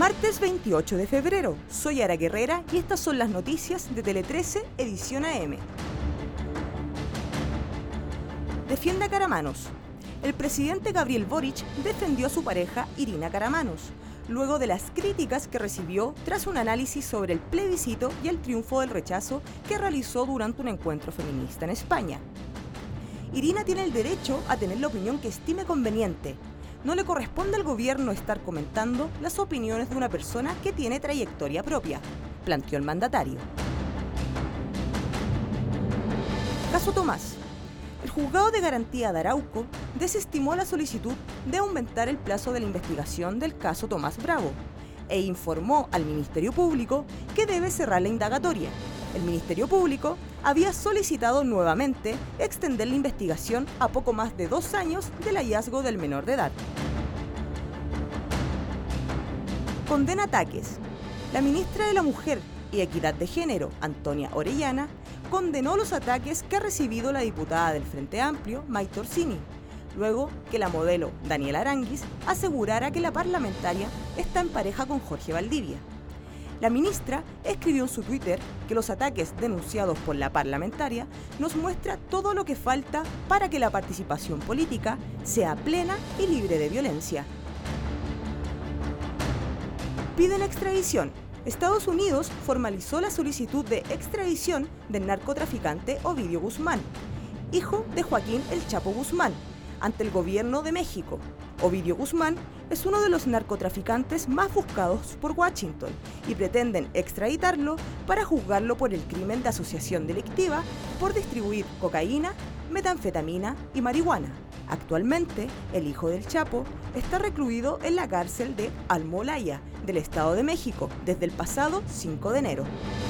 Martes 28 de febrero, soy Ara Guerrera y estas son las noticias de Tele 13, edición AM. Defiende a Karamanos. El presidente Gabriel Boric defendió a su pareja Irina Karamanos, luego de las críticas que recibió tras un análisis sobre el plebiscito y el triunfo del rechazo que realizó durante un encuentro feminista en España. Irina tiene el derecho a tener la opinión que estime conveniente. No le corresponde al gobierno estar comentando las opiniones de una persona que tiene trayectoria propia, planteó el mandatario. Caso Tomás. El juzgado de garantía de Arauco desestimó la solicitud de aumentar el plazo de la investigación del caso Tomás Bravo e informó al Ministerio Público que debe cerrar la indagatoria. El Ministerio Público había solicitado nuevamente extender la investigación a poco más de 2 años del hallazgo del menor de edad. Condena ataques. La ministra de la Mujer y Equidad de Género, Antonia Orellana, condenó los ataques que ha recibido la diputada del Frente Amplio, Maite Orsini, luego que la modelo Daniela Aranguis asegurara que la parlamentaria está en pareja con Jorge Valdivia. La ministra escribió en su Twitter que los ataques denunciados por la parlamentaria nos muestra todo lo que falta para que la participación política sea plena y libre de violencia. Piden extradición. Estados Unidos formalizó la solicitud de extradición del narcotraficante Ovidio Guzmán, hijo de Joaquín El Chapo Guzmán, ante el gobierno de México. Ovidio Guzmán es uno de los narcotraficantes más buscados por Washington y pretenden extraditarlo para juzgarlo por el crimen de asociación delictiva por distribuir cocaína, metanfetamina y marihuana. Actualmente, el hijo del Chapo está recluido en la cárcel de Almolaya, del Estado de México, desde el pasado 5 de enero.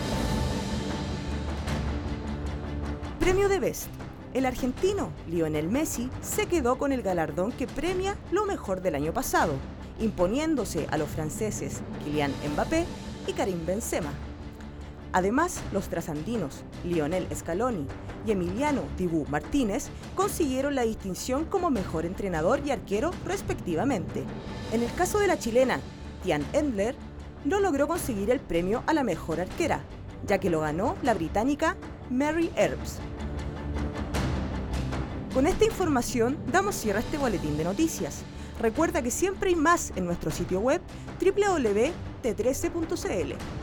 Premio de Best. El argentino Lionel Messi se quedó con el galardón que premia lo mejor del año pasado, imponiéndose a los franceses Kylian Mbappé y Karim Benzema. Además, los trasandinos Lionel Scaloni y Emiliano Dibu Martínez consiguieron la distinción como mejor entrenador y arquero respectivamente. En el caso de la chilena Tian Endler, no logró conseguir el premio a la mejor arquera, ya que lo ganó la británica Mary Earps. Con esta información damos cierre a este boletín de noticias. Recuerda que siempre hay más en nuestro sitio web www.t13.cl.